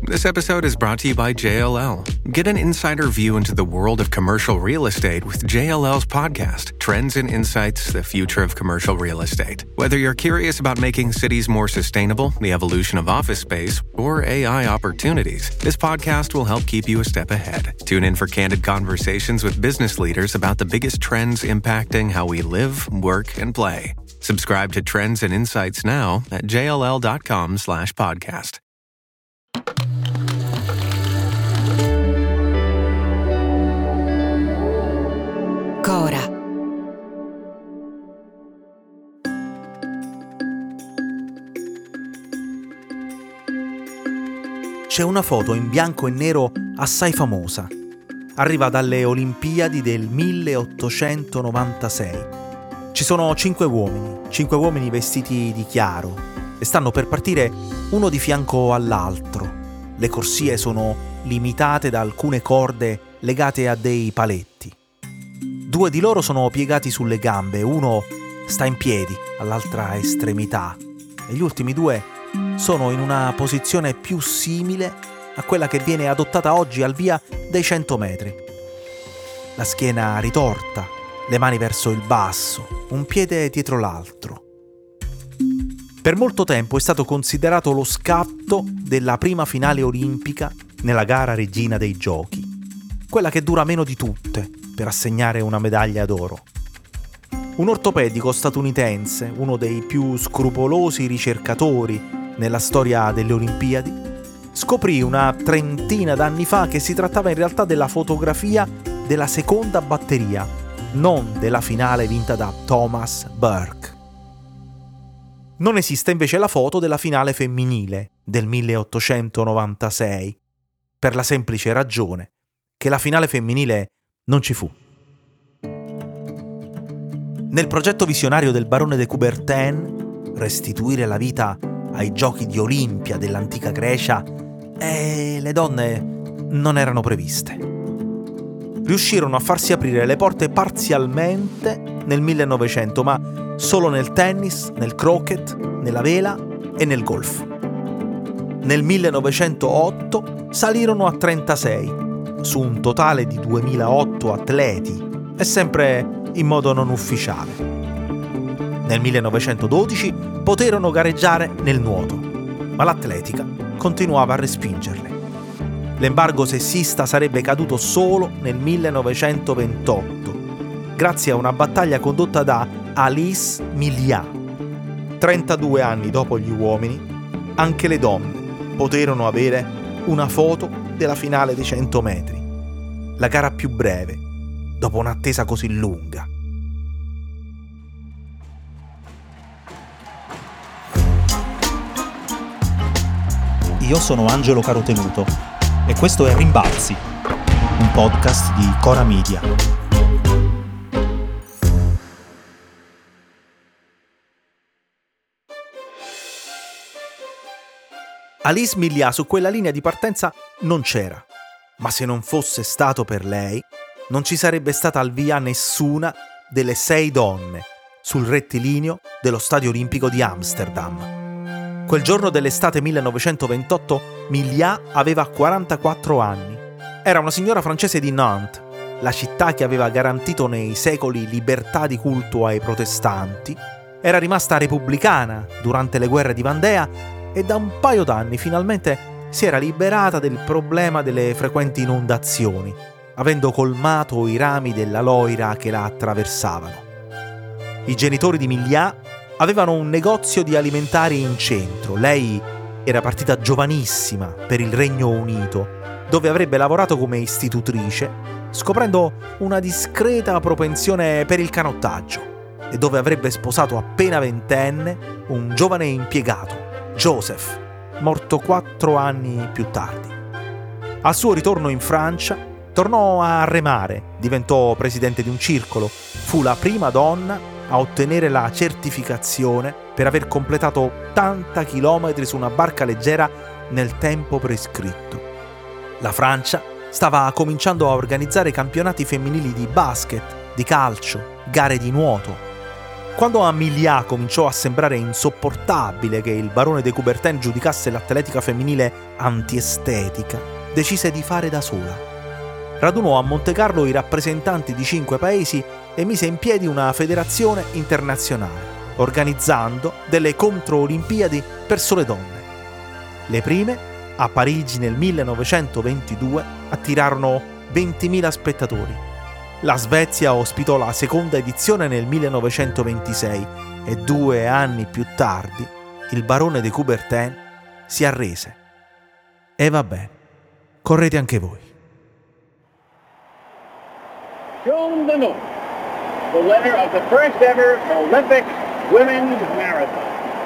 This episode is brought to you by JLL. Get an insider view into the world of commercial real estate with JLL's podcast, Trends and Insights, the Future of Commercial Real Estate. Whether you're curious about making cities more sustainable, the evolution of office space, or AI opportunities, this podcast will help keep you a step ahead. Tune in for candid conversations with business leaders about the biggest trends impacting how we live, work, and play. Subscribe to Trends and Insights now at jll.com/podcast. Cora. C'è una foto in bianco e nero assai famosa. Arriva dalle Olimpiadi del 1896. Ci sono 5 uomini vestiti di chiaro e stanno per partire uno di fianco all'altro. Le corsie sono limitate da alcune corde legate a dei paletti. 2 di loro sono piegati sulle gambe, uno sta in piedi all'altra estremità e gli ultimi 2 sono in una posizione più simile a quella che viene adottata oggi al via dei 100 metri. La schiena ritorta, le mani verso il basso, un piede dietro l'altro. Per molto tempo è stato considerato lo scatto della prima finale olimpica nella gara regina dei giochi, quella che dura meno di tutte per assegnare una medaglia d'oro. Un ortopedico statunitense, uno dei più scrupolosi ricercatori nella storia delle Olimpiadi, scoprì una trentina d'anni fa che si trattava in realtà della fotografia della seconda batteria, non della finale vinta da Thomas Burke. Non esiste invece la foto della finale femminile del 1896, per la semplice ragione che la finale femminile non ci fu. Nel progetto visionario del barone de Coubertin, restituire la vita ai giochi di Olimpia dell'antica Grecia, le donne non erano previste. Riuscirono a farsi aprire le porte parzialmente nel 1900, ma solo nel tennis, nel croquet, nella vela e nel golf. Nel 1908 salirono a 36, su un totale di 2008 atleti, e sempre in modo non ufficiale. Nel 1912 poterono gareggiare nel nuoto, ma l'atletica continuava a respingerle. L'embargo sessista sarebbe caduto solo nel 1928, grazie a una battaglia condotta da Alice Milliat. 32 anni dopo gli uomini, anche le donne poterono avere una foto della finale dei 100 metri, la gara più breve dopo un'attesa così lunga. Io sono Angelo Carotenuto e questo è Rimbalzi, un podcast di Cora Media. Alice Milliat su quella linea di partenza non c'era, ma se non fosse stato per lei, non ci sarebbe stata al via nessuna delle 6 donne sul rettilineo dello Stadio Olimpico di Amsterdam. Quel giorno dell'estate 1928 Milliat aveva 44 anni. Era una signora francese di Nantes, la città che aveva garantito nei secoli libertà di culto ai protestanti. Era rimasta repubblicana durante le guerre di Vandea e da un paio d'anni finalmente si era liberata del problema delle frequenti inondazioni, avendo colmato i rami della Loira che la attraversavano. I genitori di Milliat avevano un negozio di alimentari in centro. Lei era partita giovanissima per il Regno Unito, dove avrebbe lavorato come istitutrice, scoprendo una discreta propensione per il canottaggio, e dove avrebbe sposato appena ventenne un giovane impiegato, Joseph, morto 4 anni più tardi. Al suo ritorno in Francia, tornò a remare, diventò presidente di un circolo, fu la prima donna a ottenere la certificazione per aver completato 80 chilometri su una barca leggera nel tempo prescritto. La Francia stava cominciando a organizzare campionati femminili di basket, di calcio, gare di nuoto. Quando Amelia cominciò a sembrare insopportabile che il barone de Coubertin giudicasse l'atletica femminile antiestetica, decise di fare da sola. Radunò a Montecarlo i rappresentanti di 5 paesi e mise in piedi una federazione internazionale, organizzando delle contro-olimpiadi per sole donne. Le prime, a Parigi nel 1922, attirarono 20.000 spettatori. La Svezia ospitò la seconda edizione nel 1926 e 2 anni più tardi il barone de Coubertin si arrese. E vabbè, correte anche voi. Joan Benoit, the winner of the first ever Olympic women's marathon.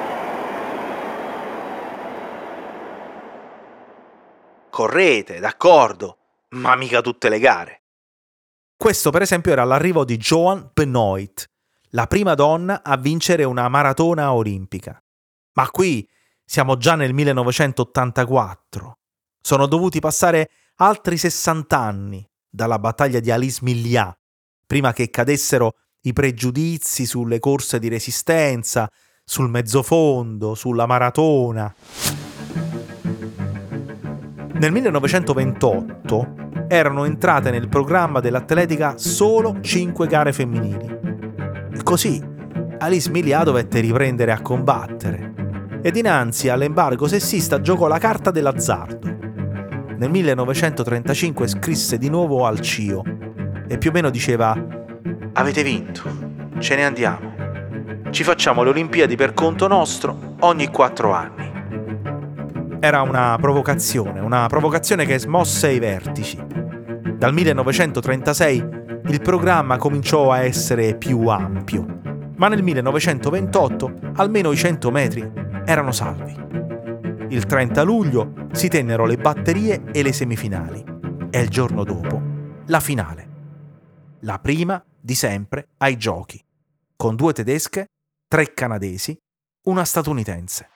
Correte, d'accordo, ma mica tutte le gare. Questo, per esempio, era l'arrivo di Joan Benoit, la prima donna a vincere una maratona olimpica. Ma qui siamo già nel 1984. Sono dovuti passare altri 60 anni dalla battaglia di Alice Milliat, prima che cadessero i pregiudizi sulle corse di resistenza, sul mezzofondo, sulla maratona. Nel 1928 erano entrate nel programma dell'atletica solo 5 gare femminili. E così Alice Milliat dovette riprendere a combattere e dinanzi all'embargo sessista giocò la carta dell'azzardo. Nel 1935 scrisse di nuovo al CIO e più o meno diceva: avete vinto, ce ne andiamo, ci facciamo le Olimpiadi per conto nostro ogni 4 anni. Era una provocazione che smosse i vertici. Dal 1936 il programma cominciò a essere più ampio, ma nel 1928 almeno i 100 metri erano salvi. Il 30 luglio si tennero le batterie e le semifinali e il giorno dopo la finale. La prima di sempre ai giochi, con 2 tedesche, 3 canadesi, una statunitense.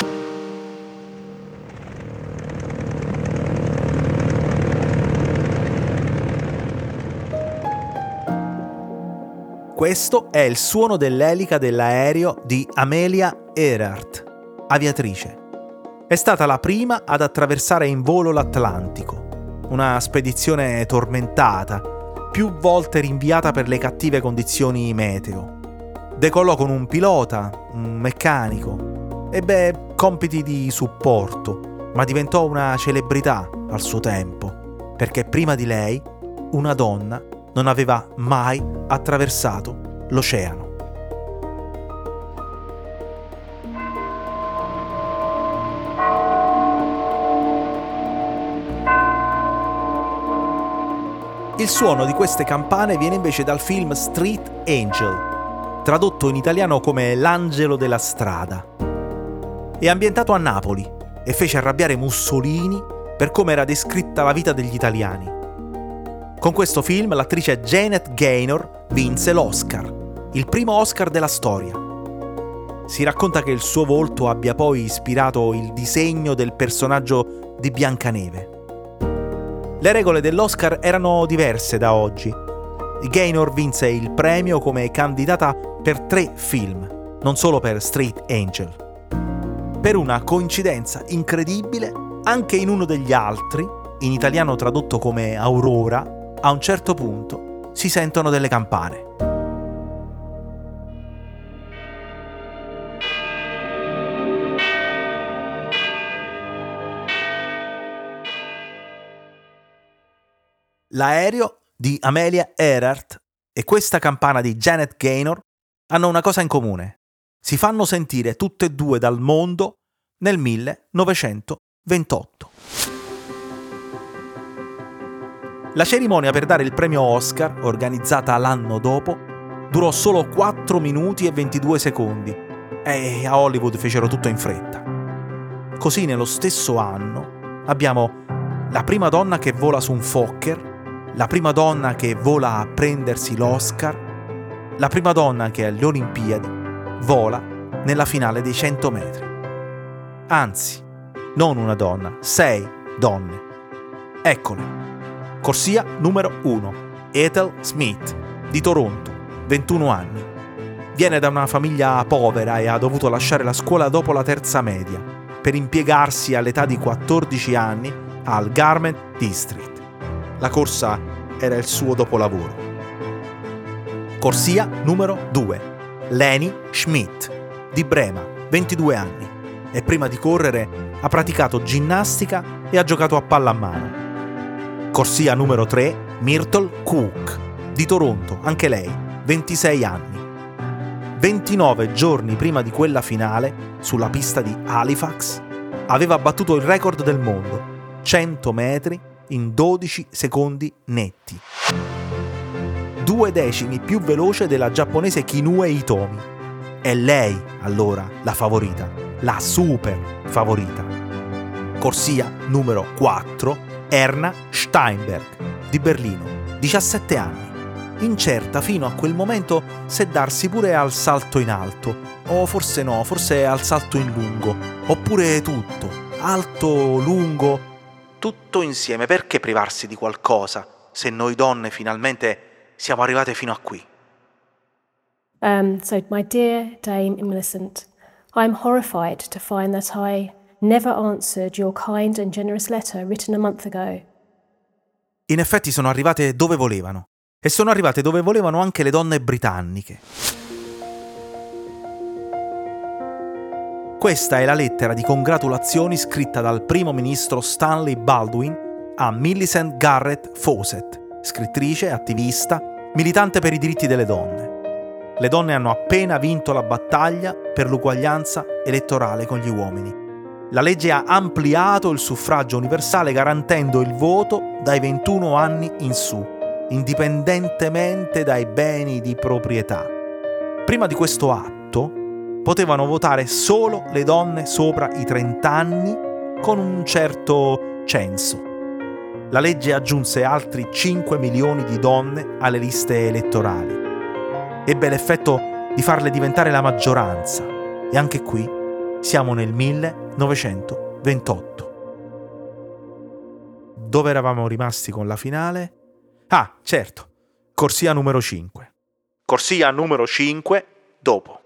Questo è il suono dell'elica dell'aereo di Amelia Earhart, aviatrice. È stata la prima ad attraversare in volo l'Atlantico, una spedizione tormentata, più volte rinviata per le cattive condizioni meteo. Decollò con un pilota, un meccanico, ebbe compiti di supporto, ma diventò una celebrità al suo tempo, perché prima di lei una donna non aveva mai attraversato l'oceano. Il suono di queste campane viene invece dal film Street Angel, tradotto in italiano come L'angelo della strada. È ambientato a Napoli e fece arrabbiare Mussolini per come era descritta la vita degli italiani. Con questo film l'attrice Janet Gaynor vinse l'Oscar, il primo Oscar della storia. Si racconta che il suo volto abbia poi ispirato il disegno del personaggio di Biancaneve. Le regole dell'Oscar erano diverse da oggi. Gaynor vinse il premio come candidata per 3 film, non solo per Street Angel. Per una coincidenza incredibile, anche in uno degli altri, in italiano tradotto come Aurora, a un certo punto si sentono delle campane. L'aereo di Amelia Earhart e questa campana di Janet Gaynor hanno una cosa in comune. Si fanno sentire tutte e 2 dal mondo nel 1928. La cerimonia per dare il premio Oscar, organizzata l'anno dopo, durò solo 4 minuti e 22 secondi e a Hollywood fecero tutto in fretta. Così nello stesso anno abbiamo la prima donna che vola su un Fokker, la prima donna che vola a prendersi l'Oscar, la prima donna che alle Olimpiadi vola nella finale dei 100 metri. Anzi, non una donna, 6 donne. Eccole. Corsia numero 1, Ethel Smith, di Toronto, 21 anni. Viene da una famiglia povera e ha dovuto lasciare la scuola dopo la terza media per impiegarsi all'età di 14 anni al Garment District. La corsa era il suo dopolavoro. Corsia numero 2. Leni Schmidt, di Brema, 22 anni, e prima di correre ha praticato ginnastica e ha giocato a pallamano. Corsia numero 3. Myrtle Cook, di Toronto, anche lei, 26 anni. 29 giorni prima di quella finale, sulla pista di Halifax, aveva battuto il record del mondo, 100 metri in 12 secondi netti. 2 decimi più veloce della giapponese Kinue Hitomi. È lei, allora, la favorita, la super favorita. Corsia numero 4. Erna Steinberg, di Berlino, 17 anni. Incerta fino a quel momento se darsi pure al salto in alto, o forse no, forse al salto in lungo, oppure tutto, alto, lungo, tutto insieme. Perché privarsi di qualcosa se noi donne finalmente siamo arrivate fino a qui? So, my dear Dame Millicent, I'm horrified to find that I never answered your kind and generous letter written a month ago. In effetti sono arrivate dove volevano. E sono arrivate dove volevano anche le donne britanniche. Questa è la lettera di congratulazioni scritta dal primo ministro Stanley Baldwin a Millicent Garrett Fawcett, scrittrice, attivista, militante per i diritti delle donne. Le donne hanno appena vinto la battaglia per l'uguaglianza elettorale con gli uomini. La legge ha ampliato il suffragio universale garantendo il voto dai 21 anni in su, indipendentemente dai beni di proprietà. Prima di questo atto potevano votare solo le donne sopra i 30 anni con un certo censo. La legge aggiunse altri 5 milioni di donne alle liste elettorali. Ebbe l'effetto di farle diventare la maggioranza, e anche qui siamo nel 1928. Dove eravamo rimasti con la finale? Ah, certo, corsia numero 5. Corsia numero 5, dopo.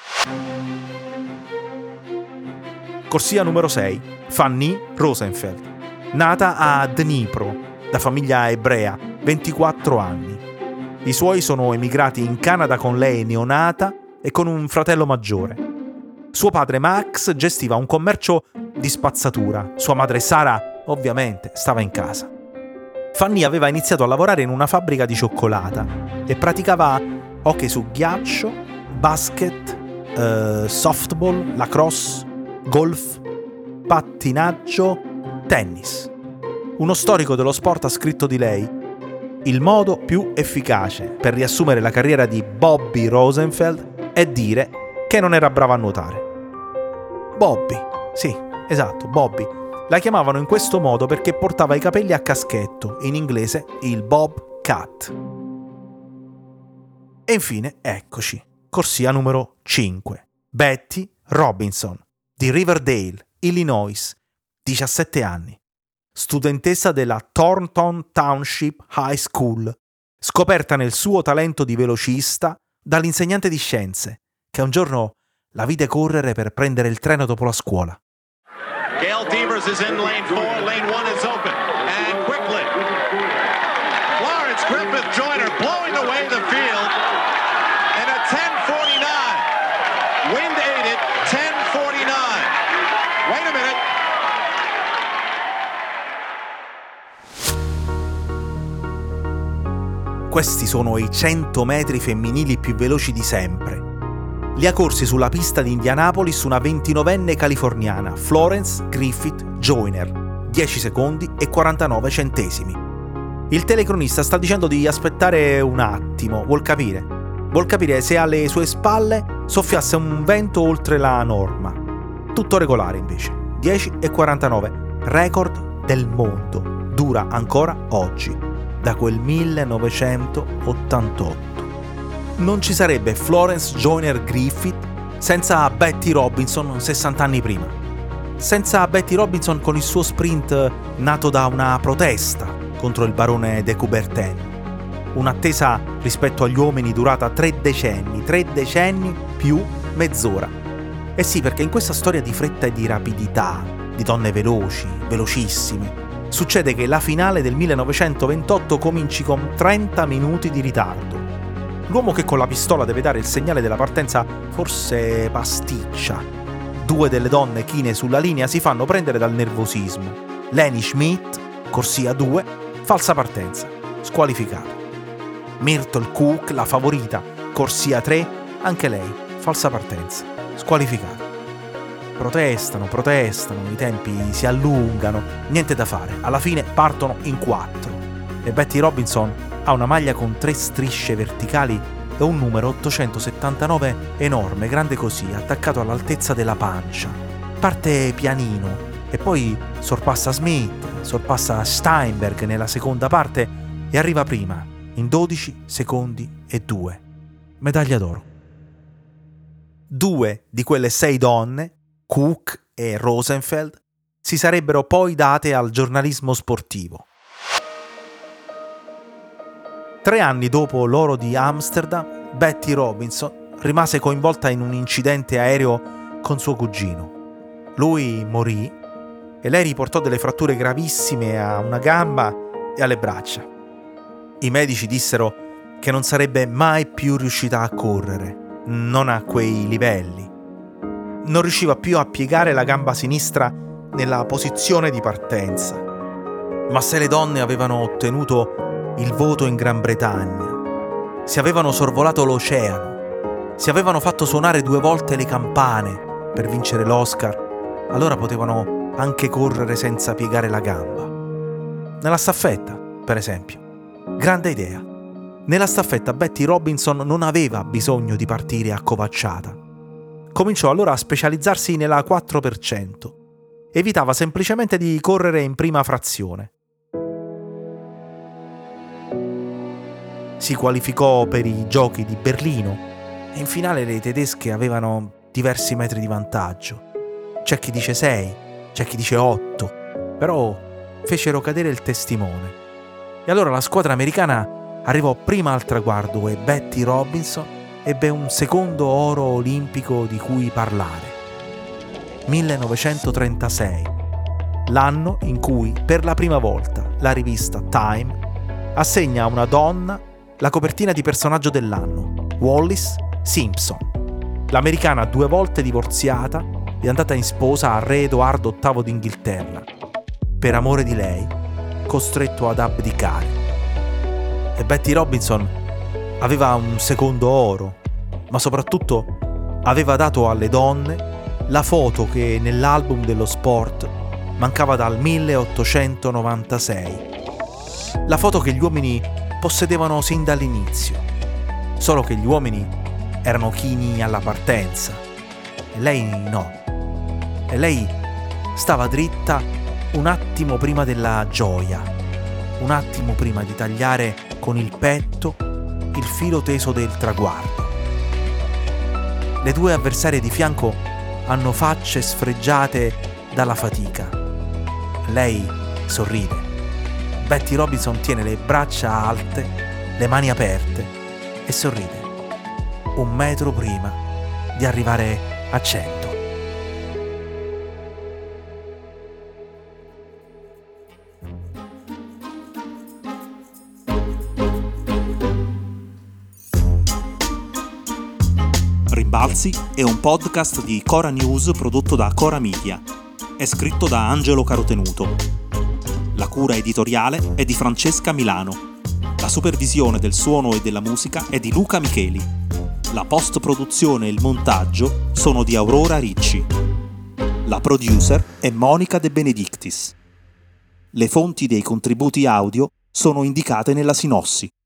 Corsia numero 6, Fanny Rosenfeld, nata a Dnipro, da famiglia ebrea, 24 anni. I suoi sono emigrati in Canada con lei neonata e con un fratello maggiore. Suo padre Max gestiva un commercio di spazzatura, sua madre Sara, ovviamente, stava in casa. Fanny aveva iniziato a lavorare in una fabbrica di cioccolata e praticava hockey su ghiaccio, basket, softball, lacrosse, golf, pattinaggio, tennis. Uno storico dello sport ha scritto di lei: il modo più efficace per riassumere la carriera di Bobby Rosenfeld è dire che non era brava a nuotare. Bobby, sì, esatto, Bobby. La chiamavano in questo modo perché portava i capelli a caschetto, in inglese il bob cut. E infine, eccoci, corsia numero 5. Betty Robinson, di Riverdale, Illinois, 17 anni. Studentessa della Thornton Township High School, scoperta nel suo talento di velocista dall'insegnante di scienze, che un giorno la vide correre per prendere il treno dopo la scuola. Gail Devers is in lane 4, lane 1 is open, and quickly, Florence Griffith Joyner blowing away the field, and a 10:49, wind aided 10:49, wait a minute. Questi sono i 100 metri femminili più veloci di sempre. Li ha corsi sulla pista di Indianapolis una 29enne californiana, Florence Griffith Joyner, 10 secondi e 49 centesimi. Il telecronista sta dicendo di aspettare un attimo, vuol capire se alle sue spalle soffiasse un vento oltre la norma. Tutto regolare invece, 10 e 49, record del mondo, dura ancora oggi, da quel 1988. Non ci sarebbe Florence Joyner Griffith senza Betty Robinson 60 anni prima. Senza Betty Robinson con il suo sprint nato da una protesta contro il barone de Coubertin. un'attesa rispetto agli uomini durata 3 decenni più mezz'ora. Eh sì, perché in questa storia di fretta e di rapidità, di donne veloci, velocissime, succede che la finale del 1928 cominci con 30 minuti di ritardo. L'uomo che con la pistola deve dare il segnale della partenza forse pasticcia. 2 delle donne chine sulla linea si fanno prendere dal nervosismo. Leni Schmidt, corsia 2, falsa partenza, squalificata. Myrtle Cook, la favorita, corsia 3, anche lei, falsa partenza, squalificata. Protestano, i tempi si allungano, niente da fare, alla fine partono in 4 e Betty Robinson ha una maglia con 3 strisce verticali e un numero 879 enorme, grande così, attaccato all'altezza della pancia. Parte pianino e poi sorpassa Smith, sorpassa Steinberg nella seconda parte e arriva prima, in 12 secondi e 2. Medaglia d'oro. 2 di quelle 6 donne, Cook e Rosenfeld, si sarebbero poi date al giornalismo sportivo. 3 anni dopo l'oro di Amsterdam, Betty Robinson rimase coinvolta in un incidente aereo con suo cugino. Lui morì e lei riportò delle fratture gravissime a una gamba e alle braccia. I medici dissero che non sarebbe mai più riuscita a correre, non a quei livelli. Non riusciva più a piegare la gamba sinistra nella posizione di partenza. Ma se le donne avevano ottenuto il voto in Gran Bretagna, se avevano sorvolato l'oceano, se avevano fatto suonare 2 volte le campane per vincere l'Oscar, allora potevano anche correre senza piegare la gamba. Nella staffetta, per esempio. Grande idea. Nella staffetta Betty Robinson non aveva bisogno di partire accovacciata. Cominciò allora a specializzarsi nella 4%. Evitava semplicemente di correre in prima frazione. Si qualificò per i giochi di Berlino e in finale le tedesche avevano diversi metri di vantaggio. C'è chi dice 6, c'è chi dice 8, però fecero cadere il testimone. E allora la squadra americana arrivò prima al traguardo e Betty Robinson ebbe un secondo oro olimpico di cui parlare. 1936, l'anno in cui per la prima volta la rivista Time assegna a una donna la copertina di personaggio dell'anno, Wallis Simpson. L'americana 2 volte divorziata è andata in sposa al re Edoardo VIII d'Inghilterra. Per amore di lei, costretto ad abdicare. E Betty Robinson aveva un secondo oro, ma soprattutto aveva dato alle donne la foto che nell'album dello sport mancava dal 1896. La foto che gli uomini possedevano sin dall'inizio, solo che gli uomini erano chini alla partenza e lei no. E lei stava dritta un attimo prima della gioia, un attimo prima di tagliare con il petto il filo teso del traguardo. Le 2 avversarie di fianco hanno facce sfregiate dalla fatica. Lei sorride. Betty Robinson tiene le braccia alte, le mani aperte e sorride. 1 metro prima di arrivare a 100. Rimbalzi è un podcast di Cora News prodotto da Cora Media. È scritto da Angelo Carotenuto. La cura editoriale è di Francesca Milano. La supervisione del suono e della musica è di Luca Micheli. La post-produzione e il montaggio sono di Aurora Ricci. La producer è Monica De Benedictis. Le fonti dei contributi audio sono indicate nella sinossi.